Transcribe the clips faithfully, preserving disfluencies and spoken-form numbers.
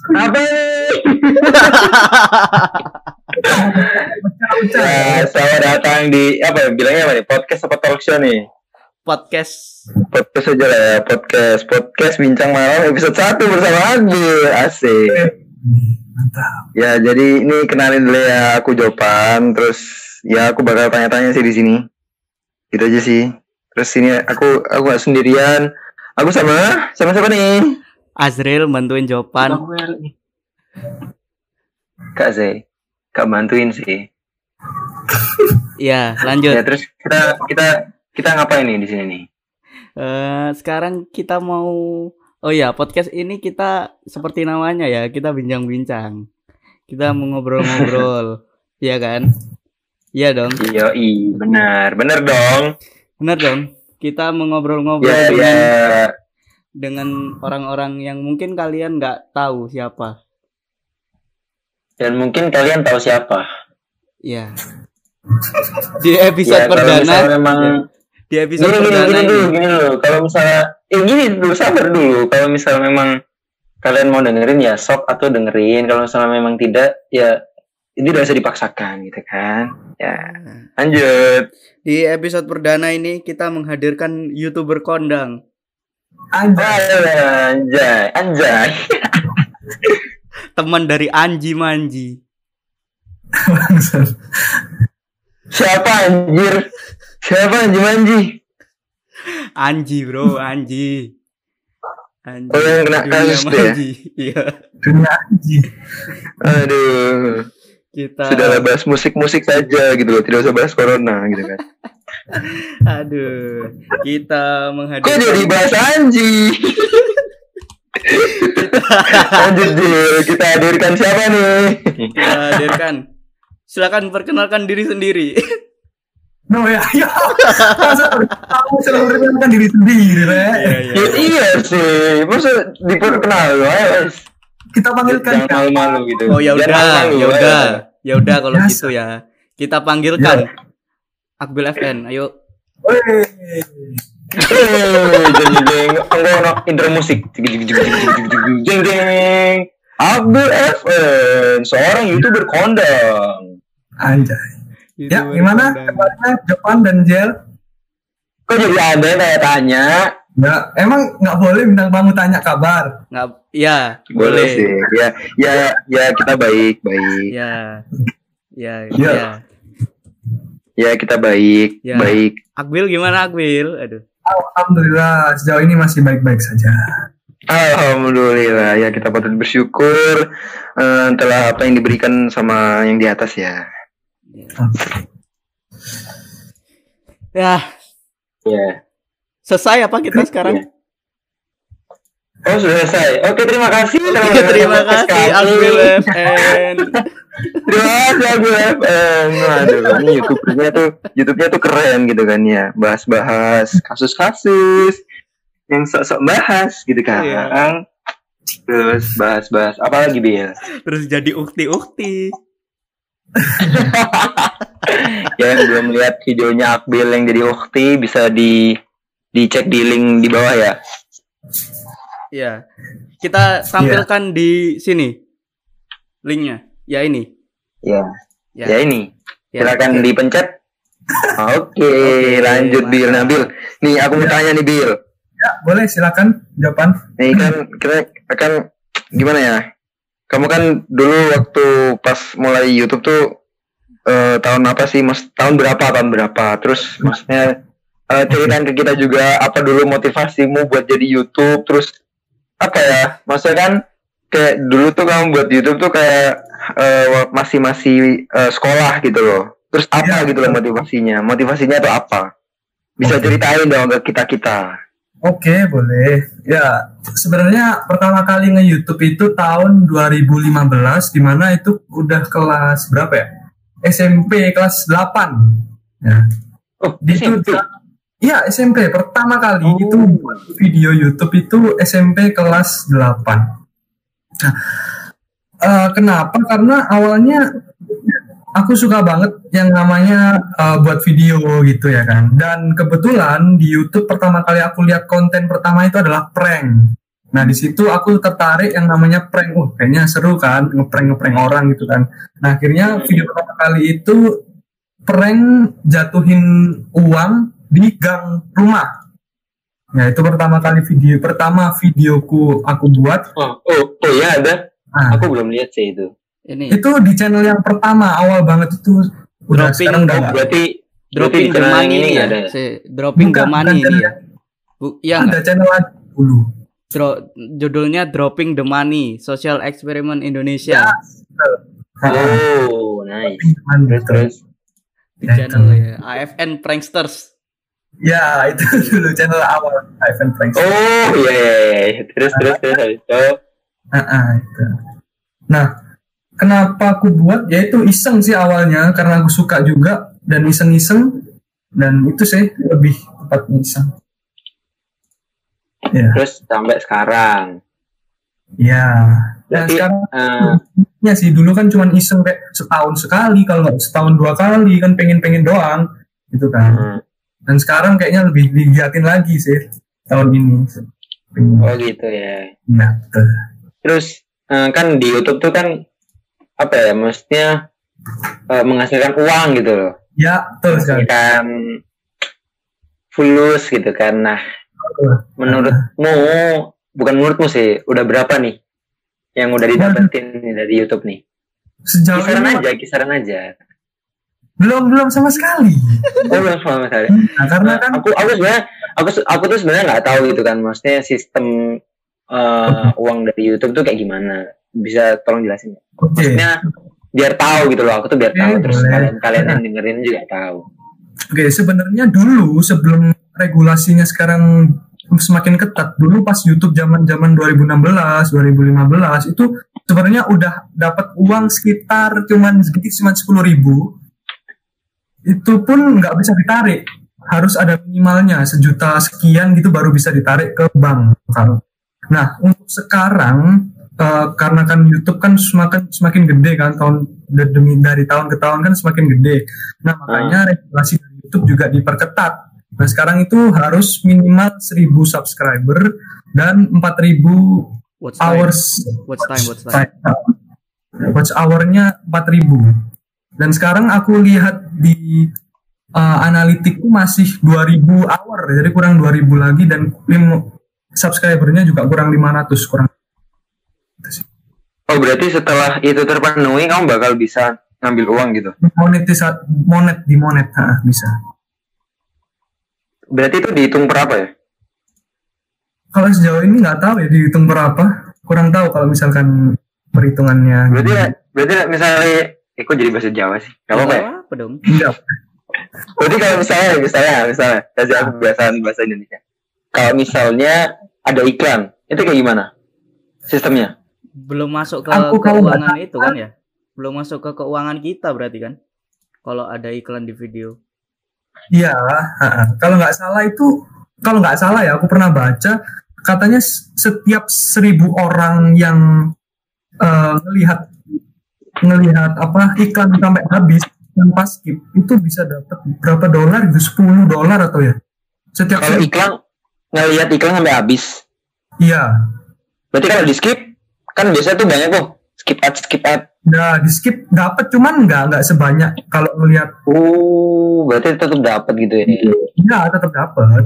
Apa ya, selamat datang di apa bilangnya apa nih? Podcast apa talk show nih? Podcast. Podcast aja lah ya, podcast podcast bincang malam episode satu bersama Agil. Asik. Mantap. Ya, jadi ini kenalin dulu ya, aku Jopan, terus ya aku bakal tanya-tanya sih di sini. Gitu aja sih. Terus ini aku aku gak sendirian. Aku sama sama siapa nih? Azril bantuin Jopan. Kak Zai. Kak bantuin sih. Iya, lanjut. Ya, terus kita kita kita ngapain nih di sini nih? Uh, sekarang kita mau oh ya, podcast ini kita seperti namanya ya, kita bincang-bincang. Kita mau ngobrol-ngobrol. Iya kan? Iya dong. Iya, iya, benar. Benar dong. Benar dong. Kita mau ngobrol-ngobrol Ya, dengan ya. dengan orang-orang yang mungkin kalian nggak tahu siapa. Dan mungkin kalian tahu siapa. Iya. Di episode Ya, kalau perdana misalnya memang ya, di episode gini, gini, perdana gini ini. dulu, gini dulu. Kalau misalnya, eh gini dulu, sabar dulu. Kalau misalnya memang kalian mau dengerin ya sok atau dengerin. Kalau misalnya memang tidak, ya ini udah bisa dipaksakan gitu kan. Ya, lanjut. Di episode perdana ini kita menghadirkan YouTuber kondang. Anjay. Anjay, anjay. Teman dari Anji Manji. Siapa anjir? Siapa Anji Manji? Anji bro, Anji. Anji. Oh, yang kena Dunia kasus tuh ya? Manji. Iya. Dunia Anji. Aduh. Kita Sudahlah bahas musik-musik saja gitu loh, tidak usah bahas corona gitu kan. aduh, kita Kok menghadirkan jadi bahas Anji? Lanjut Jil, kita hadirkan siapa nih? kita hadirkan. Silakan perkenalkan diri sendiri. No ya, ya. Kamu selalu memperkenalkan diri sendiri, Re. Iya, iya. Ya, iya sih, masa diperkenal guys. Kita panggilkan Jangan malu-malu gitu. Oh ya Jangan udah, malu-malu, ya udah. Ya udah kalau Biasa. gitu ya. Kita panggilkan Akbil F N. Ayo. Wey. Eh, jeng jeng, enggak ono intro musik. Jeng jeng jeng jeng jeng jeng jeng. Abdul F N, seorang YouTuber kondang. Anjay. Ya, YouTuber gimana kondang. kabarnya Jopan dan Jel? Kok jadi ada yang tanya-tanya? Ya, emang nggak boleh bintang tamu tanya kabar. Nggak, ya Boleh boleh. sih. Ya, ya, ya kita baik, baik. Ya, ya, Ya. ya. Ya kita baik, Ya. baik. Akbil gimana Akbil? Aduh. Alhamdulillah sejauh ini masih baik-baik saja. Alhamdulillah ya kita patut bersyukur eh, telah apa yang diberikan sama yang di atas ya. Ya, Ya. selesai apa kita sekarang? Oh sudah selesai. Oke terima kasih. Oke, terima kasih Akbil F N. Terima kasih Akbil F N. Aduh, ini YouTube-nya tuh YouTube-nya tuh keren gitu kan ya. Bahas-bahas kasus-kasus yang sok-sok bahas gitu kan. Iya. Terus bahas-bahas apa lagi Bil? Terus jadi ukti-ukti. Ya yang belum lihat videonya Akbil yang jadi ukti bisa di dicek di link di bawah ya. Ya, kita tampilkan di sini linknya. Ya ini. Ya. Ya, Ya ini. Ya, Silakan oke. dipencet. Oke, Oke, lanjut Bil. Nah, mantap. Bil. Nih aku mau tanya nih Bil. Ya, boleh silakan Jopan. Nih kan kita akan gimana ya? Kamu kan dulu waktu pas mulai YouTube tuh eh, tahun apa sih? Mas tahun berapa? Tahun berapa? Terus maksudnya eh, ceritain ke kita juga apa dulu motivasimu buat jadi YouTube, terus apa ya? Maksudnya kan kayak dulu tuh kamu buat YouTube tuh kayak eh, masih masih eh, sekolah gitu loh. Terus apa Ya, gitu loh motivasinya? Motivasinya tuh apa? Bisa Oke. ceritain dong ke kita kita. Oke, boleh. Ya, sebenarnya pertama kali nge-YouTube itu tahun dua ribu lima belas, di mana itu udah kelas berapa ya? S M P kelas delapan. Ya. Oh, Di S M P? itu Iya, S M P pertama kali Oh. itu buat video YouTube itu S M P kelas delapan. Nah, eh, kenapa? Karena awalnya aku suka banget yang namanya uh, buat video gitu ya kan. Dan kebetulan di YouTube pertama kali aku lihat konten pertama itu adalah prank. Nah di situ aku tertarik yang namanya prank. Oh kayaknya seru kan, ngeprank ngeprank orang gitu kan. Nah akhirnya video pertama kali itu prank jatuhin uang di gang rumah. Ya itu pertama kali video pertama videoku aku buat. Oh oh, oh ya ada. Nah, Aku belum lihat sih itu. Ini itu di channel yang pertama awal banget itu. Udah Dropping- sekarang udah Oh nggak. berarti dropping berarti the channel money ini ini nggak ya. ada. Si, dropping the Bukan, money bukan ini channel. ya. Bu, iya Ada nggak? channel lagi dulu. Dro- judulnya Dropping the Money, Social Experiment Indonesia. Nah, Oh nice. pinjaman Terus gitu. terus. Di Ya, channel itu. ya, A F N Pranksters. Ya itu dulu channel awal Ivan Frank. Oh iya iya iya. Terus terus terus habis itu. Ah, ah, itu. Nah, kenapa aku buat? Ya itu iseng sih awalnya karena aku suka juga dan iseng-iseng dan itu sih lebih tepatnya iseng. Ya, Terus sampai sekarang. ya. Nah Berarti, sekarang eh, ya sih dulu kan cuma iseng kayak setahun sekali kalau nggak setahun dua kali kan pengen-pengen doang gitu kan. hmm. Dan sekarang kayaknya lebih digiatin lagi sih tahun ini. Oh gitu ya. Nah, betul. Terus eh, kan di YouTube tuh kan apa ya? Maksudnya eh, menghasilkan uang gitu loh. Ya, betul sekali. Menghasilkan fulus gitu kan. Nah, menurutmu bukan menurutmu sih, udah berapa nih yang udah didapetin nih dari YouTube nih? Sejauh Kisaran ini aja, kisaran aja. belum belum sama sekali. Oh belum sama sekali. Nah, karena kan aku aku sebenarnya aku aku tuh sebenarnya nggak tahu gitu kan, maksudnya sistem uh, uang dari YouTube tuh kayak gimana, bisa tolong jelasin? oke. Maksudnya biar tahu gitu loh, aku tuh biar tahu, Oke, terus boleh. kalian kalian yang dengerin juga tahu. Oke, sebenarnya dulu sebelum regulasinya sekarang semakin ketat, dulu pas YouTube zaman-zaman dua ribu enam belas, dua ribu lima belas itu sebenarnya udah dapat uang sekitar cuman sedikit cuma sepuluh ribu. Itu pun nggak bisa ditarik, harus ada minimalnya sejuta sekian gitu baru bisa ditarik ke bank. Nah untuk sekarang uh, karena kan YouTube kan semakin semakin gede kan tahun demi dari tahun ke tahun kan semakin gede. Nah makanya regulasi dari YouTube juga diperketat. Nah sekarang itu harus minimal seribu subscriber dan empat ribu Watch time. hours Watch time, watch time. watch hour-nya empat ribu. Dan sekarang aku lihat di uh, analitikku masih dua ribu hour, jadi kurang dua ribu lagi dan lim- subscribernya juga kurang lima ratus kurang. Oh berarti setelah itu terpenuhi kamu bakal bisa ngambil uang gitu? Monetisat monet di monet ha, bisa. Berarti itu dihitung per apa ya? Kalau sejauh ini nggak tahu ya dihitung berapa, kurang tahu kalau misalkan perhitungannya. Berarti berarti misalnya, eh kok jadi bahasa Jawa sih? Gak apa-apa ya? Apa dong? Enggak. Berarti kalau misalnya, misalnya, misalnya, kasih aku kebiasaan bahasa Indonesia. Kalau misalnya ada iklan, itu kayak gimana sistemnya? Belum masuk ke Aku kalau keuangan nggak itu kan ya? Belum masuk ke keuangan kita berarti kan? Kalau ada iklan di video. Iya, ha-ha. Kalau nggak salah itu, kalau nggak salah ya, aku pernah baca katanya setiap seribu orang yang uh, ngelihat ngelihat apa iklan sampai habis tanpa skip itu bisa dapat berapa dolar itu sepuluh dolar atau ya setiap Kalau seribu. iklan, ngelihat iklan sampai habis. Iya, Berarti kalau di skip, kan biasanya tuh banyak tuh. Skip ad, skip ad. nah di skip dapat cuman nggak nggak sebanyak kalau ngelihat. Oh, berarti tetap dapat gitu ya? Iya tetap dapat,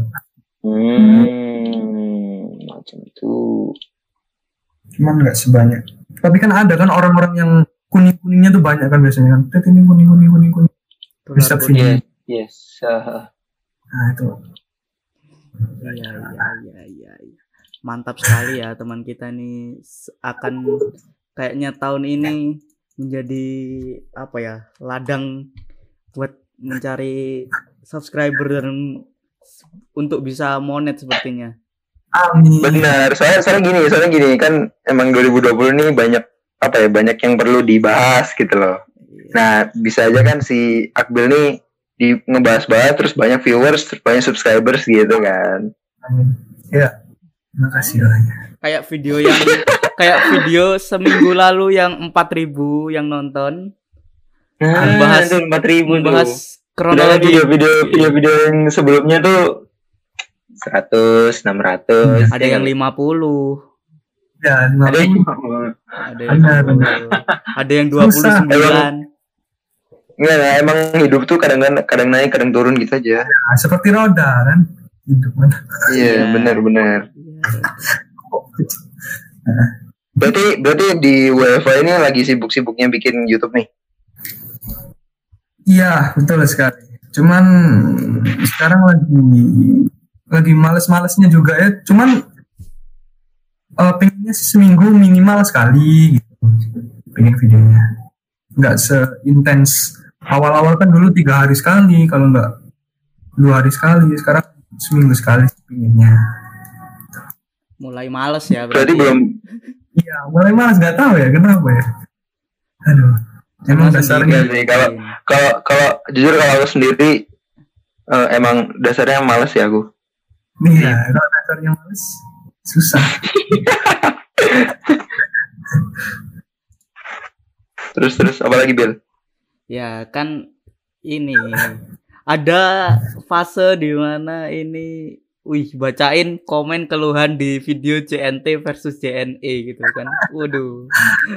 Hmm, macam itu. cuman nggak sebanyak. Tapi kan ada kan orang-orang yang kuning kuningnya tuh banyak kan biasanya kan. Tet, ini kuning kuning kuning kuning. Bisa Tular video. Yes, yes. Uh, Nah itu. Iya, iya, iya, iya, iya. Mantap sekali ya teman kita nih S- akan kayaknya tahun ini menjadi apa ya ladang buat mencari subscriber dan s- untuk bisa monet sepertinya. Amin. benar. Soalnya, soalnya gini, soalnya gini kan emang dua ribu dua puluh ini banyak apa ya, banyak yang perlu dibahas gitu loh. Iya. Nah, bisa aja kan si Akbil nih di ngebahas-bahas terus banyak viewers, terus banyak subscribers gitu kan. Amin. Ya, makasih doanya. Kayak video yang kayak video seminggu lalu yang empat ribu yang nonton Nah, Membahas- itu empat ribu membahas tuh. Padahal kronologi video-video video-video yang sebelumnya tuh seratus, enam ratus. ada yang lima puluh. Ya, lima Ada yang puluh. Ada yang Benar, sepuluh. benar. Ada yang dua puluh sembilan. Enggak, enggak, emang hidup tuh kadang kadang naik, kadang turun gitu aja. Nah, seperti roda kan. Hidup mana. Iya, benar benar. Berarti berarti di W F H ini lagi sibuk-sibuknya bikin YouTube nih. Iya, betul sekali. Cuman sekarang lagi lagi males-malesnya juga ya. Cuman uh, pengennya sih seminggu minimal sekali gitu. Pengen videonya. Nggak seintens awal-awal kan dulu tiga hari sekali, kalau nggak dua hari sekali. Sekarang seminggu sekali pengennya. Mulai males ya Berarti berarti. belum. Iya, mulai malas, nggak tahu ya kenapa ya. Aduh, emang Sama dasarnya. Iya sih, kalau kalau kalau jujur kalau aku sendiri eh, emang dasarnya males ya aku. Iya, kalau dasarnya malas susah. Terus terus apa lagi Bill? Ya kan ini ada fase di mana ini, wih, bacain komen keluhan di video J N T versus J N E gitu kan. Waduh.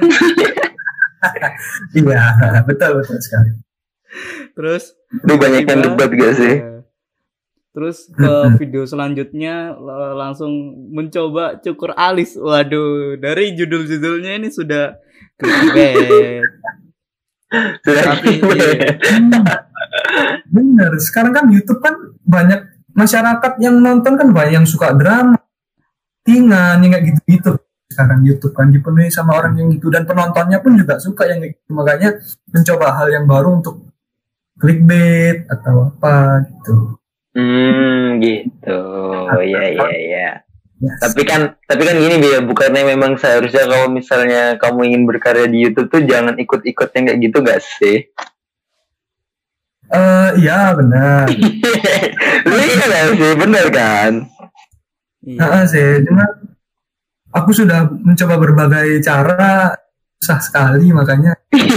Iya, betul betul sekali. Terus Lu banyak yang tiba-tiba, debat gak sih? ya. Terus ke video selanjutnya l- langsung mencoba cukur alis. Waduh, dari judul-judulnya ini sudah clickbait. Sudah Tapi gitu. iya. Bener, sekarang kan YouTube kan banyak masyarakat yang nonton kan banyak yang suka drama, tingan, yang kayak gitu-gitu. Sekarang YouTube kan dipenuhi sama orang yang gitu dan penontonnya pun juga suka yang gitu. Makanya mencoba hal yang baru untuk clickbait atau apa gitu. Hmm, gitu. Iya iya iya. Yes. Tapi kan tapi kan gini Bil, bukannya memang seharusnya kalau misalnya kamu ingin berkarya di YouTube tuh jangan ikut-ikut yang kayak gitu gak sih? Eh, iya benar. Lu iya gak sih? Bener kan? Iya. Nah, sih, cuma aku sudah mencoba berbagai cara, susah sekali makanya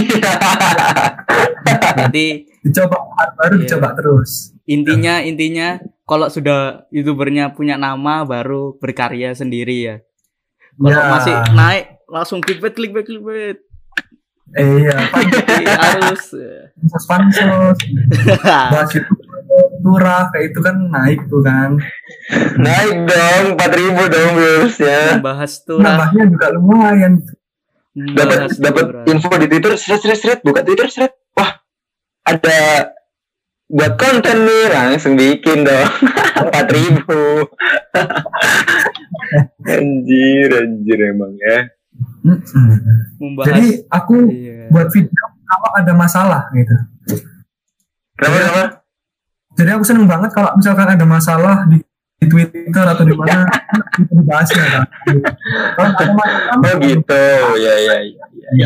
Berarti dicoba hal baru, Iya. dicoba terus. intinya intinya kalau sudah YouTubernya punya nama baru berkarya sendiri ya. Kalau Ya. masih naik langsung clickbait clickbait clickbait. Eh, iya, Jadi harus pansos pansos, bahas YouTube turah kayak itu kan naik tuh kan. Naik dong, empat ribu dong viewsnya. membahas turah, Nambahnya juga lumayan. Dapat membahas dapat turah. info di Twitter, seret seret seret, buka Twitter seret. Wah, ada buat konten nih, langsung bikin dong. empat ribu. Anjir, anjir emang ya. Mm-mm. Membahas. Jadi aku Iya. buat video kalau ada masalah gitu. Kenapa kenapa? Jadi aku seneng banget kalau misalkan ada masalah di, di Twitter atau di mana itu dibahasnya kan. Kalau ada masalah, Oh gitu, ya ya ya. Iya.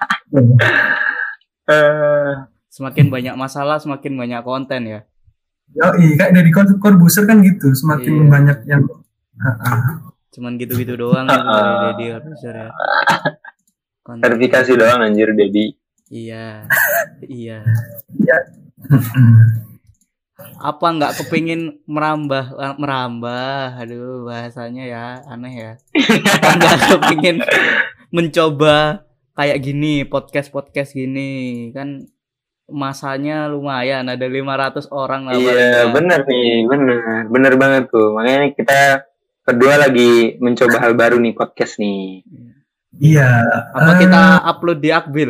Eh, Semakin banyak masalah semakin banyak konten ya. Yoi, kayak dari Corbuzier kan gitu, semakin Iya. banyak yang ah, ah. Cuman gitu-gitu doang gitu dari Deddy Corbuzier ya. Konten. Verifikasi doang anjir Dedi. Iya. Iya. Mm-mm. Apa nggak kepingin merambah merambah aduh bahasanya ya aneh ya. Apa nggak kepingin mencoba kayak gini, podcast podcast gini kan masanya lumayan, ada lima ratus orang lah paling Iya nggak. bener nih, bener, bener banget tuh. Makanya kita berdua lagi mencoba hal baru nih podcast nih. Iya. Apa eh, kita upload di Akbil?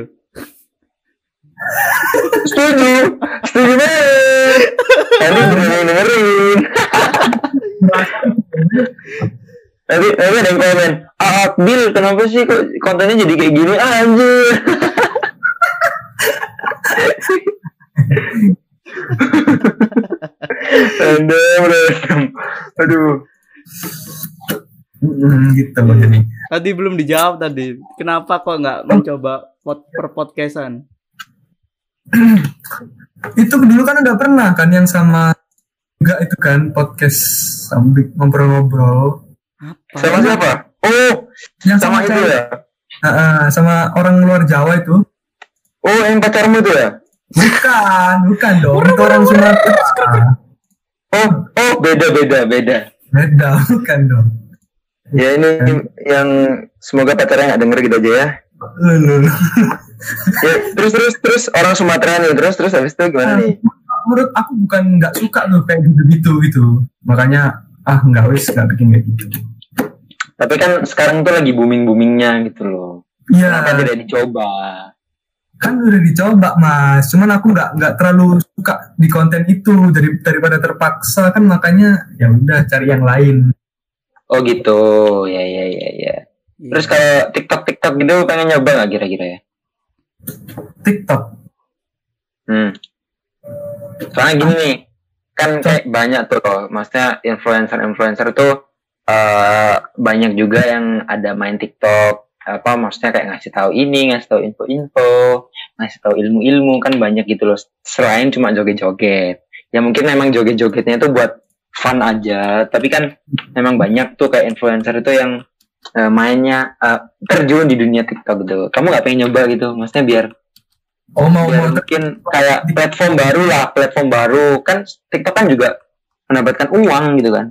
Setuju, setuju banget. Nanti dengerin dengerin. Nanti nanti ada yang komen, ah Bill kenapa sih kok kontennya jadi kayak gini anjir. Random, random. Aduh. mm, gitu jadi. Tadi belum dijawab tadi. Kenapa kok nggak mencoba pod per podcastan? Itu dulu kan udah pernah kan yang sama juga itu kan podcast sambil ngobrol-ngobrol. Apa? Sama siapa? Oh, Yang sama itu cewek. ya. Ah, ah, sama orang luar Jawa itu. Oh, yang pacarmu itu ya? Bukan, bukan dong. Itu orang Sumatera. Oh, oh, beda, beda, beda. Beda, bukan dong. Ya ini yang semoga pacarnya nggak denger gitu aja ya. Lu, lu, lu. Ya terus terus terus orang Sumatera nih terus terus habis itu gimana nih? Menurut aku bukan nggak suka loh kayak gitu-gitu gitu. Makanya ah nggak wis nggak bikin kayak gitu. Tapi kan sekarang tuh lagi booming boomingnya gitu loh. Iya. Kenapa tidak dicoba? Kan udah dicoba mas, cuman aku nggak nggak terlalu suka di konten itu dari daripada terpaksa kan makanya ya udah cari yang lain. Oh gitu, ya ya ya ya. Terus kalau TikTok TikTok gitu pengen nyoba nggak kira-kira ya? TikTok. Hmm. Soalnya gini nih, kan kayak banyak tuh, maksudnya influencer-influencer tuh uh, banyak juga yang ada main TikTok, apa maksudnya kayak ngasih tahu ini, ngasih tahu info-info, ngasih tahu ilmu-ilmu kan banyak gitu loh. Selain cuma joget-joget, ya mungkin memang joget-jogetnya itu buat fun aja, tapi kan memang banyak tuh kayak influencer itu yang uh, mainnya uh, terjun di dunia TikTok gitu. Kamu nggak pengen nyoba gitu, maksudnya biar Oh mau biar mau mungkin kayak platform baru lah, platform baru kan TikTok kan juga mendapatkan uang gitu kan.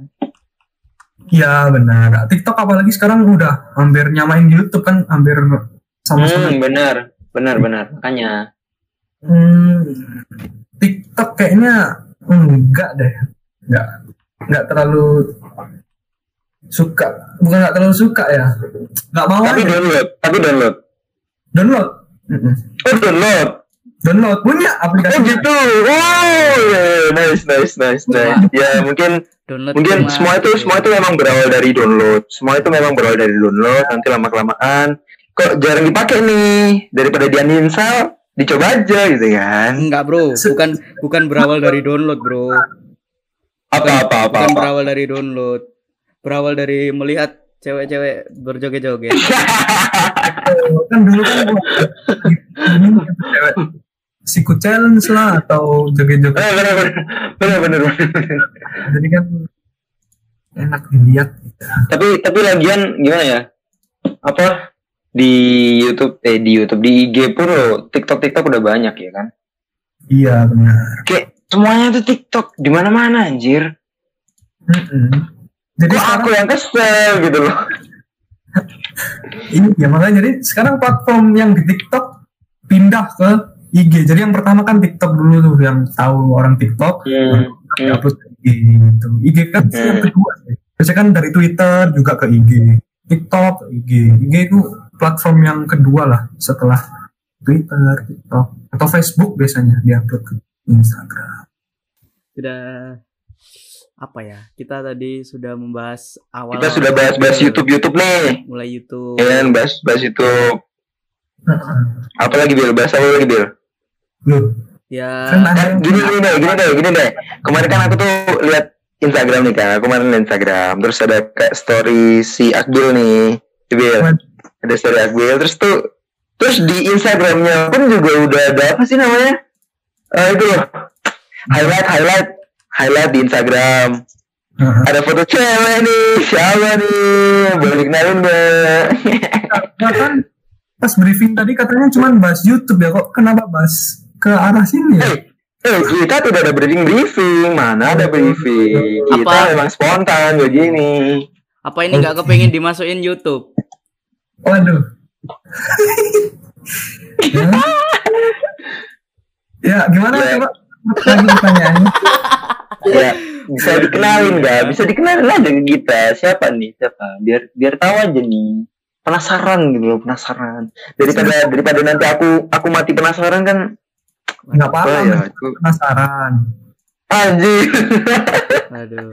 Iya benar. TikTok apalagi sekarang udah hampir nyamain YouTube kan hampir sama-sama. Hmm, benar, benar, benar. Makanya. Hmm, TikTok kayaknya enggak deh, enggak, enggak terlalu suka, bukan enggak terlalu suka ya, enggak mau. Tapi aja. download, tapi download. Download. Mm-mm. Oh download. Download punya aplikasi. Oh gitu. Oh yeah. nice, nice, nice, nice. Ya mungkin. Download Mungkin cuma semua itu gitu. semua itu memang berawal dari download. Semua itu memang berawal dari download. Nanti lama kelamaan kok jarang dipakai nih, daripada dia uninstall, dicoba aja gitu kan. Enggak bro, bukan bukan berawal dari download bro. Apa apa apa. Bukan apa. berawal dari download, berawal dari melihat cewek-cewek berjoget-joget. Kan dulu kan gua ini cewek sikut challenge lah atau joget-joget. Bener bener bener bener bener. Jadi kan enak dilihat. Tapi tapi lagian gimana ya? Apa di YouTube eh di YouTube di I G pun loh TikTok TikTok udah banyak ya kan? Iya benar. Kayak semuanya tuh TikTok di mana-mana anjir. Mm-mm. Jadi Kok aku yang kesel gitu loh. Iya makanya jadi sekarang platform yang di TikTok pindah ke I G. Jadi yang pertama kan TikTok dulu tuh yang tahu orang TikTok. Hmm. Hmm. Upload ke I G gitu. I G kan Hmm. yang kedua sih. Biasanya kan dari Twitter juga ke I G. TikTok ke I G. I G itu platform yang kedua lah setelah Twitter, TikTok atau Facebook biasanya diupload ke Instagram. Sudah apa ya? Kita tadi sudah membahas awal. Kita sudah bahas-bahas YouTube YouTube nih. Mulai YouTube. Ya kan bahas bahas YouTube. Apa lagi Bil? Bahas apa lagi Bil? Loh, Ya. kan ada Kan yang gini gini deh, gini deh, gini deh. Kemarin kan aku tuh lihat Instagram nih kan. Aku kemarin lihat Instagram. Terus ada kayak story si Akbil nih, si Bil. Ada story Akbil. Terus tuh, terus di Instagramnya pun juga udah ada apa sih namanya? Eh itu loh. Highlight, highlight, highlight di Instagram. Heeh. Ada foto cewek nih, siapa nih? Boleh dikenalin nggak? Nah, kan pas briefing tadi katanya cuma bahas YouTube ya, kok kenapa bahas ke arah sini ya? Eh, eh, kita tidak ada briefing briefing, mana ada briefing? Kita Apa? memang spontan begini. Apa ini nggak kepengen dimasukin YouTube? Waduh. ya. ya gimana Ya. coba lagi pertanyaannya? Ya, bisa dikenalin nggak? Bisa dikenalin aja ke kita. Siapa nih? Siapa? Biar biar tahu aja nih. Penasaran gitu loh, penasaran. Daripada daripada nanti aku aku mati penasaran kan. Nggak apa-apa, Oh, ya, aku penasaran. anjir. Aduh.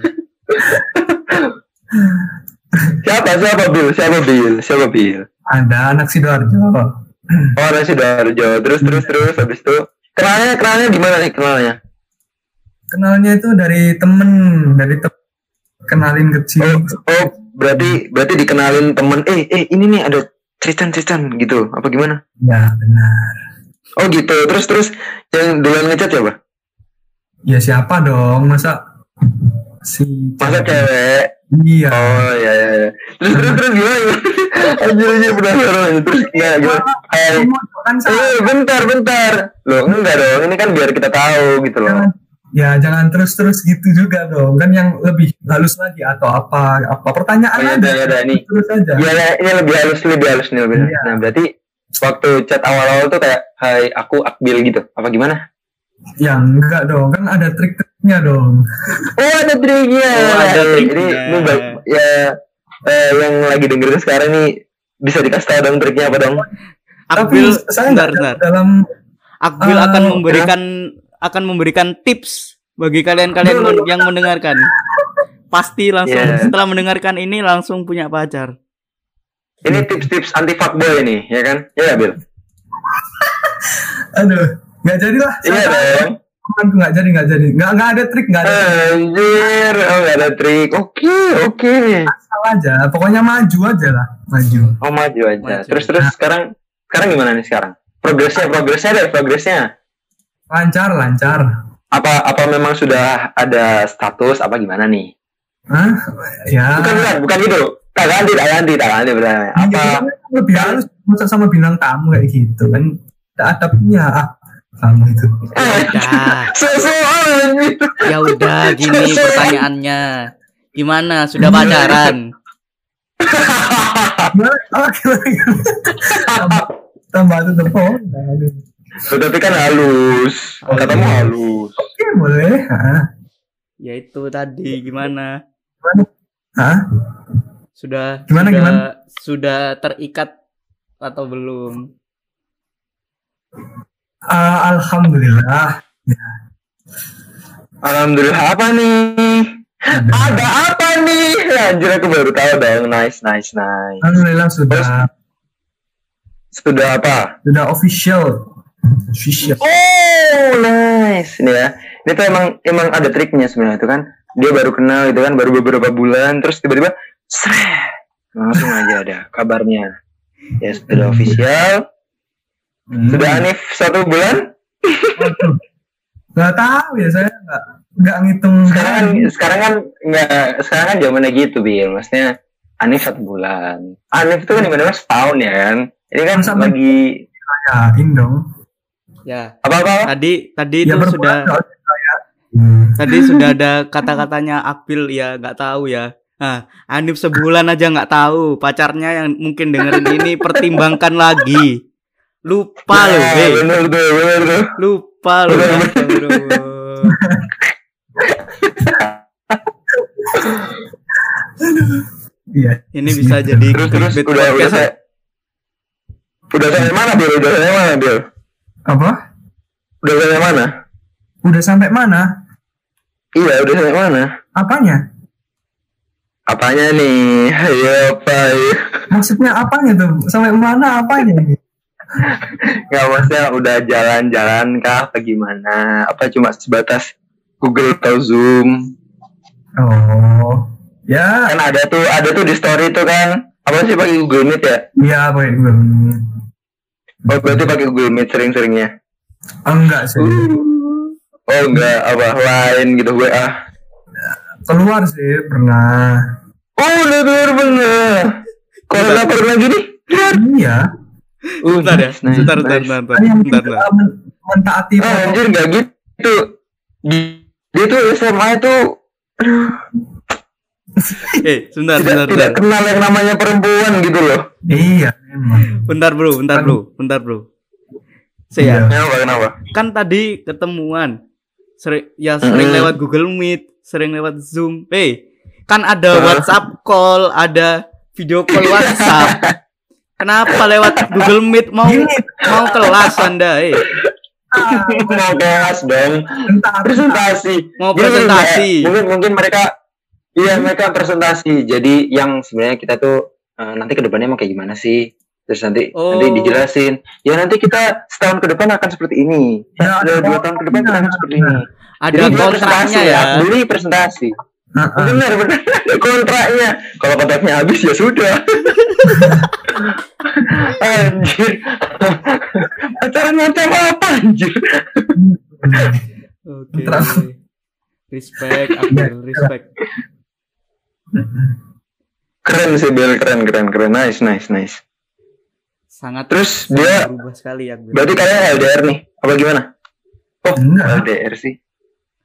Siapa? Siapa Bil? Siapa Bil? Siapa Bil? Ada anak Sidoarjo. Oh, nasi Darjo. Terus terus terus habis itu kenalnya kenalnya gimana nih kenalnya? Kenalnya itu dari temen, dari tem- kenalin kecil. Oh, oh, berarti berarti dikenalin temen. Eh, eh, ini nih ada Tristan Tristan gitu. Apa gimana? Ya benar. Oh gitu. Terus terus yang duluan ngechat siapa? Ya siapa dong, masa si Masa cewek? Iya. Oh ya ya ya. Terus terus terus gimana? Anjir anjir penasaran. Terus ya gimana? Hai. Kamu kan saya Eh, bentar bentar. Loh enggak dong. Ini kan biar kita tahu gitu loh. jangan, Ya jangan terus-terus gitu juga dong. Kan yang lebih halus lagi atau apa apa pertanyaan Oh, ya aja. udah, ya udah, nih. Terus aja. Iya, ya, ini lebih halus, lebih halus nih, lebih halus. Iya. Nah, berarti waktu chat awal-awal tuh kayak, hai, aku Akbil gitu. Apa gimana? Ya enggak dong, kan ada trik-triknya dong. Oh, ada triknya. Oh, ada Eh, triknya. Ini, ini ba- ya, eh, yang lagi dengerin sekarang nih, bisa dikasih tahu dong triknya apa dong? Akbil, Tapi saya bentar, enggak bentar. dalam Akbil Eh, akan memberikan akan memberikan tips bagi kalian-kalian men- yang mendengarkan. Pasti langsung Yeah. setelah mendengarkan ini langsung punya pacar. Ini tips-tips anti fuckboy nih, ya kan? Ya, Bil? aduh, enggak jadilah. Iya dong. Kan enggak jadi, enggak jadi. Enggak enggak ada trik, enggak ada. Anjir, oh gak ada trik. Oke, oke. Asal aja, pokoknya maju aja lah, maju. Oh maju aja. Maju. Terus terus sekarang sekarang gimana nih sekarang? Progresnya, progresnya deh, progresnya. Lancar, lancar. Apa apa memang sudah ada status apa gimana nih? Hah? Ya. Bukan bukan bukan gitu. Tak ganti, tak ganti, tak ganti berarti. Iya, Apa? kan lebih halus masa sama bintang tamu kayak gitu kan. Tak ada punya ah, kamu itu. Udah. Sesuatu. Ya udah gini pertanyaannya. Gimana? Sudah pacaran? Gimana? Oh, gimana, gimana? Tambah, tambah tuh tepung. Aduh. Tapi kan halus. Katamu halus. Oke, boleh. Hah? Ya itu tadi gimana? Hah? Sudah Gimana, sudah, gimana? sudah terikat atau belum? Ah, alhamdulillah. Alhamdulillah apa nih? Ada apa nih? Anjir aku baru tahu dong. Nice, nice, nice. Alhamdulillah sudah Sudah apa? sudah official. Official. Oh, nice. Ini ya. Ini tuh emang emang ada triknya sebenarnya itu kan. Dia baru kenal itu kan baru beberapa bulan terus tiba-tiba sret, langsung aja ada kabarnya. Ya sudah official. Hmm. Sudah Hanif satu bulan. Gak tahu ya, saya nggak nggak ngitung. Sekarang kan sekarang kan nggak sekarang kan zamannya gitu Bil. Maksudnya Hanif satu bulan. Hanif itu kan dimana setahun ya kan. Ini kan Sama- lagi Yain dong. Ya. apa-apa? Tadi tadi Ya itu berbulan sudah nggak saya. Hmm. tadi sudah ada kata-katanya Akbil ya nggak tahu ya. Nah, Hanif sebulan aja nggak tahu pacarnya yang mungkin dengerin ini pertimbangkan lagi. Lupa loh, Ya, Be. bener tuh, bener tuh. Lupa loh. Astagfirullah. Iya. Ini bisa jadi Terus terus clickbait udah udah podcast. saya udah sampai mana Bil? Udah sampai mana Bil? Apa? Udah sampai mana? Udah sampai mana? Iya, udah sampai mana? Apanya? Apanya nih? Ayo apa? Ayo. Maksudnya apanya tuh? Sampai mana apanya ini? Nggak, maksudnya udah jalan-jalan kah? Apa gimana? Apa cuma sebatas Google atau Zoom? Oh. Ya, Kan ada tuh, ada tuh di story tuh kan. Apa sih pakai Google Meet ya? iya apa ya? Oh, berarti pakai Google Meet sering-seringnya. Enggak sih. Oh, enggak, apa lain gitu W A. Keluar sih pernah. Oh, udah bener-bener. Kalau nggak pernah gini? Iya. Uh, Bentar ya. nice, nice, Bentar, bentar, nice. bentar, bentar. Kan yang Bentar, kita bentar. men- mentaati Ah, anjir nggak gitu. Dia tuh S M A itu Eh, sebentar, tidak, bentar, tidak bentar. kenal yang namanya perempuan gitu loh. Iya, memang. Bentar, Bro, bentar, Bro. Bentar, Bro. Saya Iya. Kenapa? Kenapa? kan tadi ketemuan. Sering ya sering Mm-mm. lewat Google Meet, sering lewat Zoom. Eh, kan ada Ah. WhatsApp call, ada video call WhatsApp. Kenapa lewat Google Meet mau mau kelas Anda, eh? Mau kelas dong. Entar, Presentasi. Mau Gini, presentasi. gini, mungkin mungkin mereka iya mereka presentasi. Jadi yang sebenarnya kita tuh eh, nanti kedepannya mau kayak gimana sih? Terus nanti Oh. nanti dijelasin. Ya nanti kita setahun ke depan akan seperti ini. Ya, Ya, dua ada- tahun ke depan kita akan seperti ini. Ada Jadi dia kontraknya presentasi ya. Beli presentasi. Heeh. Benar benar ada kontraknya. Kalau kontraknya habis ya sudah. Anjir. Pacaran macam apa anjir? Oke. Kontrak. Respect, Abdul, respect. Keren sih Bel, keren keren keren. Nice nice nice. Sangat Terus sangat dia berubah sekali ya, Abdul. berarti kalian L D R nih? Apa gimana? Oh, Enggak. L D R sih.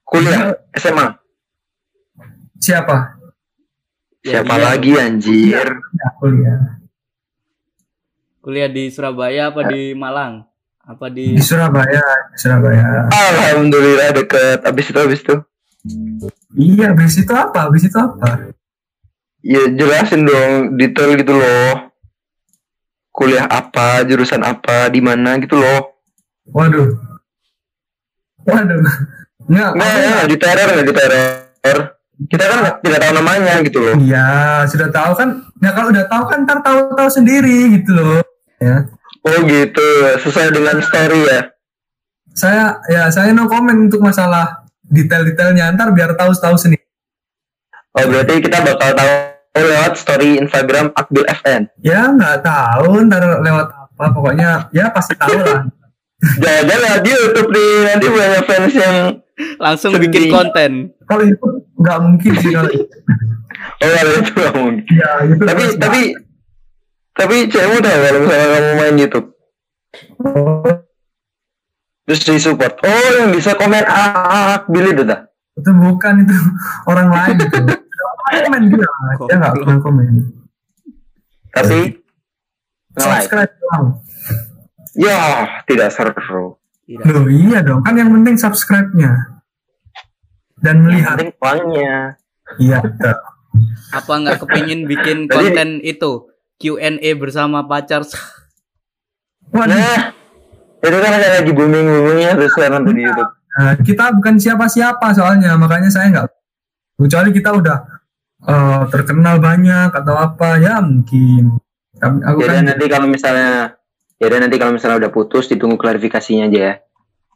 Kuliah S M A. Siapa? Ya, Siapa dia. lagi anjir? Ya, kuliah. Kuliah di Surabaya apa di Malang? Apa di Di Surabaya, di Surabaya. Alhamdulillah deket. Abis itu abis itu. Iya, habis itu apa? Habis itu apa? Ya jelasin dong detail gitu loh. Kuliah apa, jurusan apa, di mana gitu loh. Waduh. Waduh. Nggak, Nggak, aku- nggak di teror, nggak di teror. Kita kan tidak tahu namanya gitu loh. Iya, sudah tahu kan. Nah, kalau udah tahu kan ntar tahu-tahu sendiri gitu loh. Ya. Oh gitu, sesuai dengan story ya. Saya ya saya no comment untuk masalah detail-detailnya, ntar biar tahu-tahu sendiri. Oh berarti kita bakal tahu lewat story Instagram Akbil F N. Ya nggak tahu ntar lewat apa, pokoknya ya pasti tahu lah. Jangan lewat YouTube nih, nanti banyak fans yang langsung Sedih. bikin konten? Kalau itu nggak mungkin sih kalau itu. oh kalau itu nggak mungkin. Ya, itu Tapi harus tapi tapi cewekmu tahu kalau misalnya kamu main YouTube, banget. terus di support. Oh yang bisa komen Akbil itu dah. Itu bukan, itu orang lain itu. Komen dia, dia nggak pernah komen. Tapi nge-like. Subscribe doang. Ya tidak seru. Tidak. Loh iya dong, kan yang penting subscribe-nya dan Yang melihat. penting uangnya. Iya betul. Apa nggak kepingin bikin Tadi- konten itu Q and A bersama pacar? Waduh, Nah itu kan lagi booming boomingnya terus sekarang tuh di YouTube. nah, kita bukan siapa-siapa soalnya, makanya saya nggak. Kecuali kita udah eh, terkenal banyak atau apa ya mungkin. Kami- Aku Jadi kan nanti kalau misalnya Jadi nanti kalau misalnya udah putus ditunggu klarifikasinya aja ya.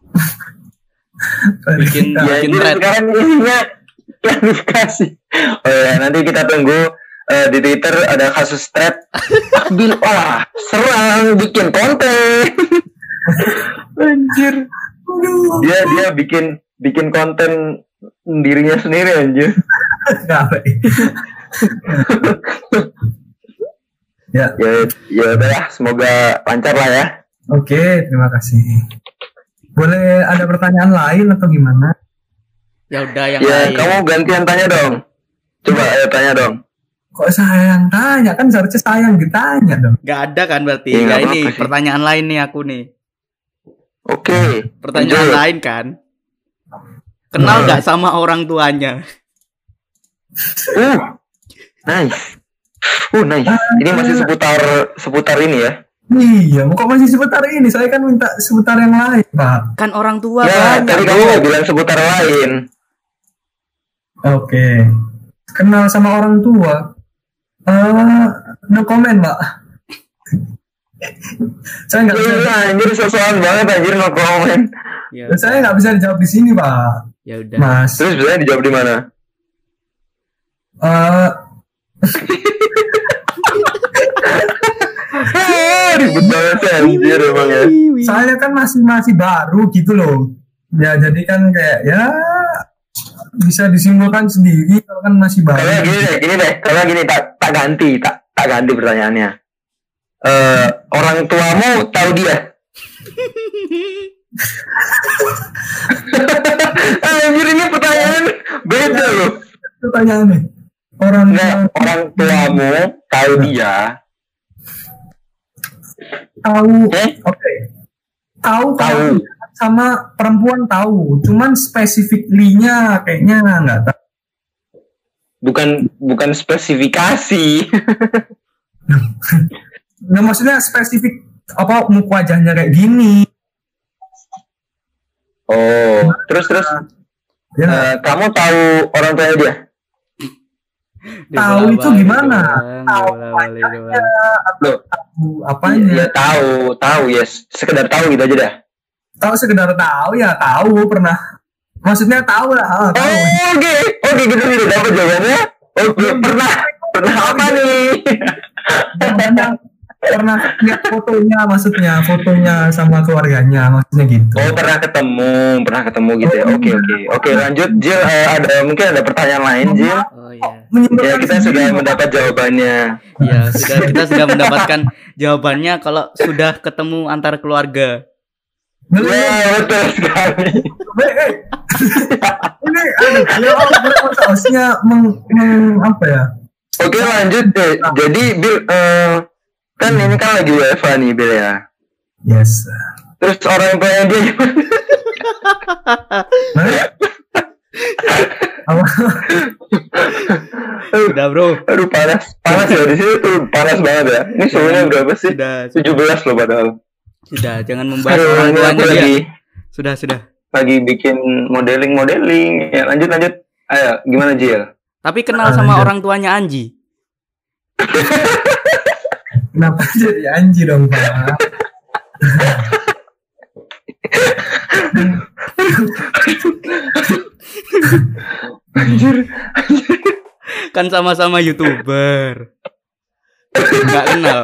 bikin- kita- Ya Bikin jadi thread. sekarang isinya klarifikasi. Oh ya nanti kita tunggu eh, di Twitter ada kasus thread Akbil wah serang bikin konten. Anjir. Aduh, Dia dia bikin bikin konten dirinya sendiri anjir. nggak baik. Ya, Ya ya udah ya, semoga lancar lah ya. oke, terima kasih. Boleh ada pertanyaan lain atau gimana? Ya udah yang Ya lain. kamu gantian tanya dong. Coba ayo tanya dong. Kok saya yang tanya, kan seharusnya saya yang ditanya dong. Nggak ada kan berarti? Iya, Ya, nggak ini apa-apa sih. pertanyaan lain nih aku nih. Oke. Pertanyaan lanjut. lain kan. Kenal Nah. nggak sama orang tuanya? Uh, nice. Uh, nice. Ini masih seputar seputar ini ya. Iya, kok masih seputar ini? Saya kan minta seputar yang lain, Pak. Kan orang tua Ya, banyak. tadi kamu Bro. nggak bilang seputar lain. Oke. Kenal sama orang tua. Eh, no comment, Pak. Saya nggak bisa, Iya, anjir sosokan banget anjir no comment. Ya, saya nggak bisa dijawab di sini, Pak. ya udah. Mas. Terus biasanya dijawab di mana? Eh, Ah, ribet banget sih anjir emang ya. saya kan masih masih baru gitu loh. Ya, jadi kan kayak ya bisa disimpulkan sendiri kalau kan masih baru. Kalau gini deh, gini deh. Kalau gini tak tak ganti, tak tak ganti pertanyaannya. Eh, orang tuamu tahu dia? Anjir ini pertanyaan beda loh. Pertanyaannya orang Nggak, orang tuamu tahu dia? tahu, Eh? oke, tahu Tahu. tahu sama perempuan tahu, cuman spesifiklinya kayaknya nggak tahu. Bukan bukan spesifikasi. Nah, maksudnya spesifik apa muka wajahnya kayak gini. Oh, terus terus Ya, eh, kamu tahu orang tuanya dia? tahu itu Dibola-balik gimana? doang, Tahu dibola-balik wajahnya doang. atau Loh, tahu apanya? ya tahu, tahu ya, sekedar tahu gitu aja dah. Tahu sekedar tahu ya tahu pernah. Maksudnya tahu lah, ah, tahu. Oh, oke, oke gitu gitu dapat jawabannya. Oke, pernah, pernah apa nih? Jawabannya pernah lihat fotonya, maksudnya fotonya sama keluarganya, maksudnya gitu. Oh, pernah ketemu, pernah ketemu gitu ya. Oke, oke, oke. Lanjut, Jill. Eh, ada mungkin ada pertanyaan lain, Jill. Oh iya. Menyimpulkan Ya, kita sendiri, sudah Pak. mendapat jawabannya. Ya, sudah kita sudah mendapatkan jawabannya kalau sudah ketemu antar keluarga. Belum, Ya, betul sekali. Weh, eh. Ini aduh, ya Allah, harusnya meng, meng apa ya? Oke lanjut deh. Jadi Bill, uh, kan ini kan lagi W F H nih Bill ya. Yes. Terus orang tuanya dia gimana? Apa? Udah bro. Aduh panas, panas ya di sini tuh panas banget ya. Ini suhunya berapa sih? Sudah, tujuh belas loh padahal. sudah. Jangan membahas Aduh, orang ini tuanya aku dia. lagi, Sudah, sudah. lagi bikin modeling modeling. Ya lanjut lanjut. Ayo gimana Jil? Tapi kenal sama orang tuanya Anji. Kenapa jadi Anji dong, Pak? Anjir. Kan sama-sama YouTuber. Enggak kenal.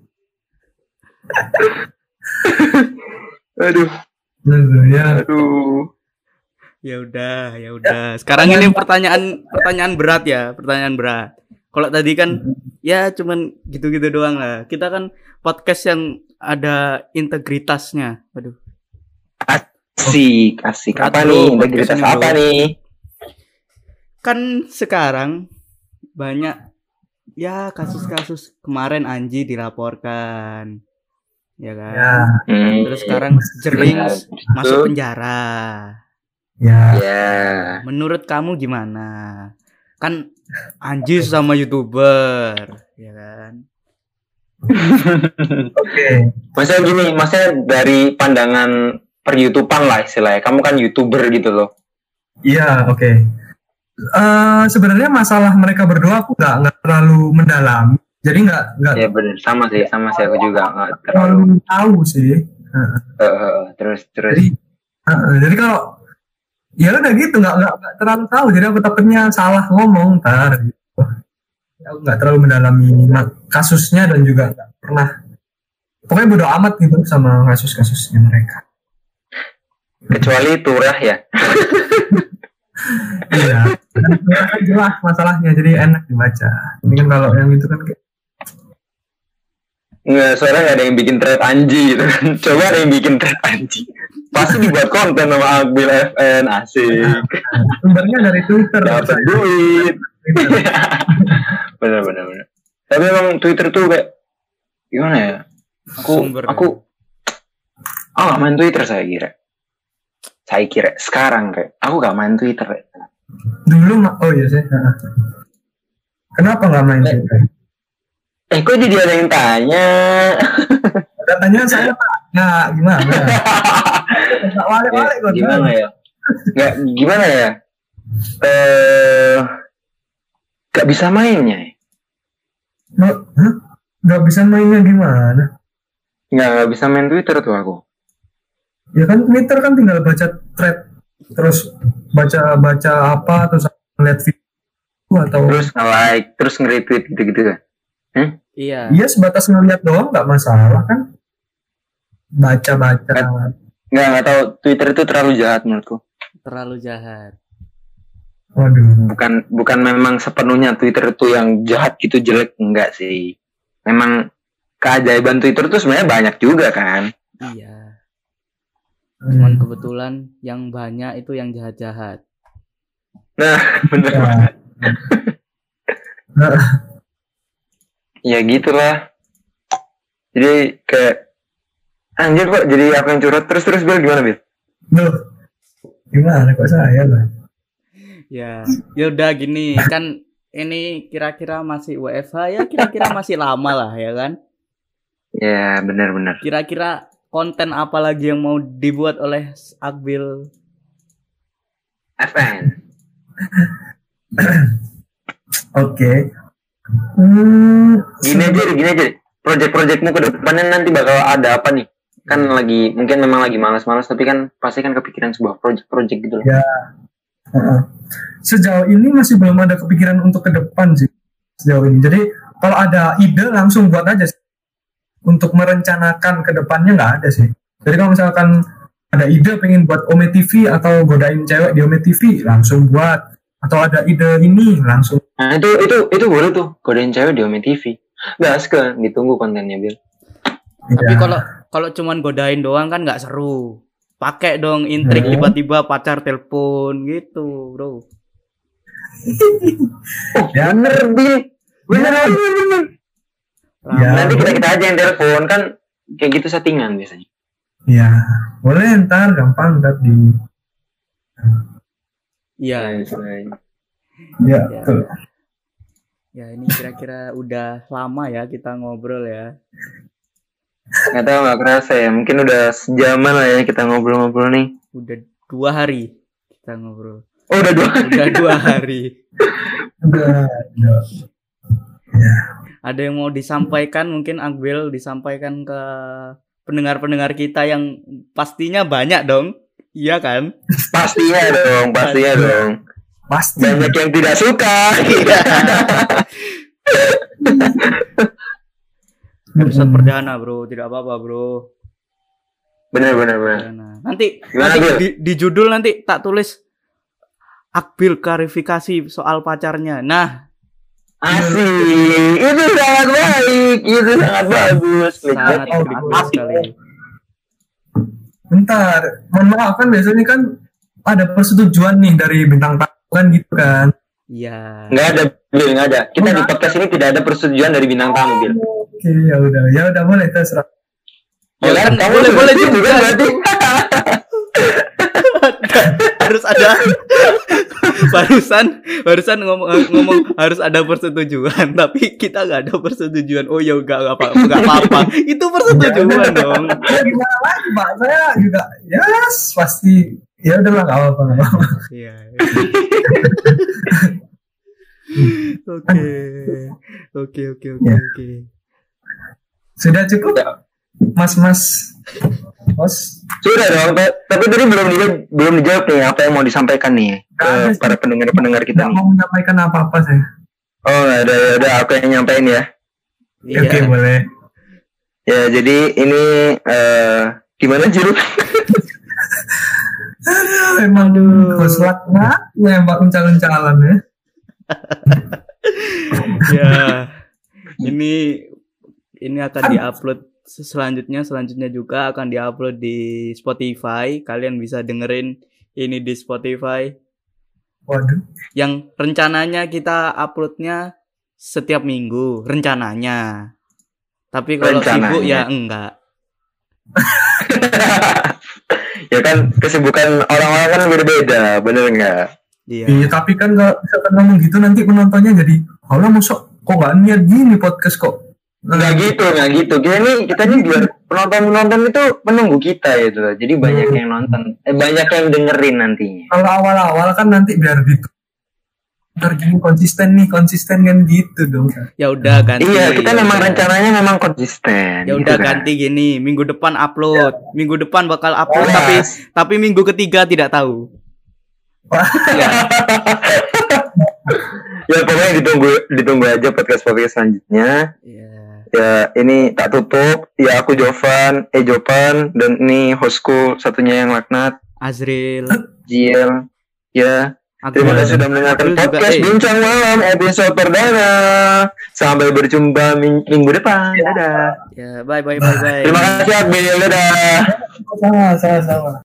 Aduh. Aduh, ya. Aduh. Ya udah, ya udah. Sekarang ini pertanyaan pertanyaan berat ya, pertanyaan berat. Kalau tadi kan ya cuman gitu-gitu doang lah. Kita kan podcast yang ada integritasnya. Waduh. Asik, asik. Berat, Apa bro, nih? Integritas podcastnya, apa bro. nih? Kan sekarang banyak ya kasus-kasus kemarin Anji dilaporkan. Ya kan? Ya, Hmm. Terus sekarang Jering Benar. masuk Betul. penjara. ya. Ya. Menurut kamu gimana? Kan Anji sama YouTuber, ya kan? Oke. Maksudnya gini, maksudnya dari pandangan per YouTuber lah istilahnya. Kamu kan YouTuber gitu loh. Iya, oke. Eh, sebenarnya masalah mereka berdua aku nggak nggak terlalu mendalam. Jadi nggak nggak Ya benar, sama sih, sama sih aku juga nggak terlalu. terlalu tahu sih. Heeh. Uh, uh, terus terus. Jadi, heeh, jadi kalau ya udah gitu nggak nggak nggak terlalu tahu. Jadi aku takutnya salah ngomong ntar. Gitu. Aku nggak terlalu mendalami ma- kasusnya dan juga nggak pernah. Pokoknya bodo amat gitu sama kasus-kasusnya mereka. Kecuali turah ya. Iya. Dan mereka jelas masalahnya, jadi enak dibaca. Ini kan kalau yang itu kan kayak Nggak, soalnya nggak ada yang bikin thread Anji gitu kan. Coba ada yang bikin thread Anji. Pasti dibuat konten sama Akbil F N, asik. sumbernya dari Twitter. Dapat duit. Bener bener bener. Tapi emang Twitter tuh kayak gimana ya? Aku Sumber. aku oh nggak main Twitter saya kira. Saya kira sekarang kayak aku nggak main Twitter. Kayak. Dulu ma- oh iya sih. Heeh. Kenapa nggak main Eh. Twitter? Eh kok jadi ada yang tanya? Katanya saya tanya gimana? Nggak wale-wale Ya, kok. gimana ya? Nggak gimana ya? Eh nggak bisa mainnya. ya? Nggak, hah? Nggak bisa mainnya gimana? Nggak nggak bisa main Twitter tuh aku. Ya kan Twitter kan tinggal baca thread, terus baca-baca apa, terus lihat video atau Terus nge-like, terus nge-retweet gitu-gitu kan? Iya. iya sebatas ngeliat doang nggak masalah kan? Baca-baca. Nggak nggak tahu, Twitter itu terlalu jahat menurutku. Terlalu jahat. Waduh. Bukan bukan memang sepenuhnya Twitter itu yang jahat gitu, jelek, enggak sih. Memang keajaiban Twitter itu sebenarnya banyak juga kan. Iya. Cuman Hmm. kebetulan yang banyak itu yang jahat-jahat. Nah, bener. Ya. Nah, Ya gitulah. Jadi kayak anjir kok jadi aku yang curhat terus terus Bil gimana Bil? Loh, gimana kok saya lah? Ya, ya udah gini kan ini kira-kira masih W F H ya, kira-kira masih lama lah ya kan. Ya benar-benar. Kira-kira konten apa lagi yang mau dibuat oleh Akbil? F N. Oke. Hmm, Gini aja, deh, gini aja. deh. Project-projectmu ke depannya nanti bakal ada apa nih? Kan lagi mungkin memang lagi malas-malas tapi kan pasti kan kepikiran sebuah project-project gitu loh. Ya. Heeh. Sejauh ini masih belum ada kepikiran untuk ke depan sih sejauh ini. Jadi kalau ada ide langsung buat aja sih. Untuk merencanakan ke depannya nggak ada sih. Jadi kalau misalkan ada ide pengen buat Ome T V atau godain cewek di Ome T V langsung buat. Atau ada ide ini langsung. Nah itu itu itu boleh tuh godain cewek di Ome T V. Gas ke ditunggu kontennya Bil. Tapi Ya. kalau kalau cuman godain doang kan nggak seru. pakai dong intrik Hmm. tiba-tiba pacar telepon gitu, bro. Ya, Bener, Bil. Bener, Ya. bener, bener. Ya. Nanti kita kita aja yang telepon kan kayak gitu settingan biasanya. ya, boleh ntar gampang ntar di. Iya. Nice, nice. Ya, Ya. betul. Ya ini kira-kira udah lama ya kita ngobrol ya. Nggak tahu nggak kerasa ya. Mungkin udah sejaman lah ya kita ngobrol-ngobrol nih. Udah dua hari kita ngobrol. Oh udah dua. Udah dua hari. Udah, udah. Ya. Ada yang mau disampaikan mungkin Akbil disampaikan ke pendengar-pendengar kita yang pastinya banyak dong. Iya kan? Pastinya dong, pastinya dong. Pasti. Banyak yang tidak suka. Episode perdana, bro. Tidak apa-apa, bro. Bener bener bener. Perdana. Nanti, Gimana, nanti Bil? di, di judul nanti tak tulis Akbil klarifikasi soal pacarnya. Nah, Asik, itu sangat baik, itu sangat bagus. sangat Oh, bagus sekali. Bentar, mohon maaf kan biasanya kan ada persetujuan nih dari bintang tamu kan gitu kan. Iya. Nggak ada, Bil, nggak ada. Kita di podcast ini tidak ada persetujuan dari bintang tamu, Bil. Oke, ya udah, ya udah boleh terserah. Ya kan, kamu boleh, boleh setuju juga. kan berarti? Harus ada barusan barusan ngomong ngomong harus ada persetujuan, tapi kita nggak ada persetujuan. Oh ya nggak nggak apa nggak apa-apa. Itu persetujuan dong. Ya gimana lagi Pak, saya juga yes pasti ya udahlah nggak apa-apa nggak apa-apa. Iya. Oke. Oke oke oke Ya. oke. Sudah cukup mas-mas bos. Sudah dong, ta- tapi tadi belum dijawab, belum dijawab nih apa yang mau disampaikan nih Nggak ada ke sih. para pendengar-pendengar kita Nggak nih. mau menyampaikan apa-apa saya. Oh nggak ada, ya udah aku yang nyampein ya. Iya. Oke boleh. Ya jadi ini eh gimana Jiru? Aduh, emang koslak nggak nembak uncang-uncalan ya. Ya. Ini ini akan diupload selanjutnya selanjutnya juga akan diupload di Spotify. Kalian bisa dengerin ini di Spotify. Waduh. Yang rencananya kita uploadnya setiap minggu rencananya. Tapi kalau Rencananya. sibuk ya enggak. Ya kan kesibukan orang-orang kan berbeda, bener nggak? Iya. Iya tapi kan kalau misalkan ngomong gitu nanti penontonnya jadi, Allah masuk kok nggak niat gini podcast kok. Nggak gitu, nggak gitu. Kita nih, kita nih biar penonton-penonton itu menunggu kita gitu loh. Jadi banyak yang nonton, eh, banyak yang dengerin nantinya. Kalau awal-awal kan nanti biar gitu. Ntar gini konsisten nih, konsisten kan gitu dong. Ya udah ganti. Iya, kita ya memang udah. rencananya memang konsisten. Ya gitu udah kan. ganti gini, minggu depan upload. Minggu depan bakal upload Yes. tapi tapi minggu ketiga tidak tahu. Wah. Ya. Ya pokoknya ditunggu, ditunggu aja podcast podcast selanjutnya. Ya. Ya ini tak tutup. Ya aku Jovan, eh Jovan, dan ini hostku satunya yang laknat, Azril. Jiel. Ya. Aku Terima kasih sudah mendengarkan Abdul juga, podcast eh. Bincang Malam episode perdana. Sampai berjumpa ming- minggu depan. Dadah. Ya, bye bye bye bye. Terima kasih Akbil. Dadah. Sama, sama, sama.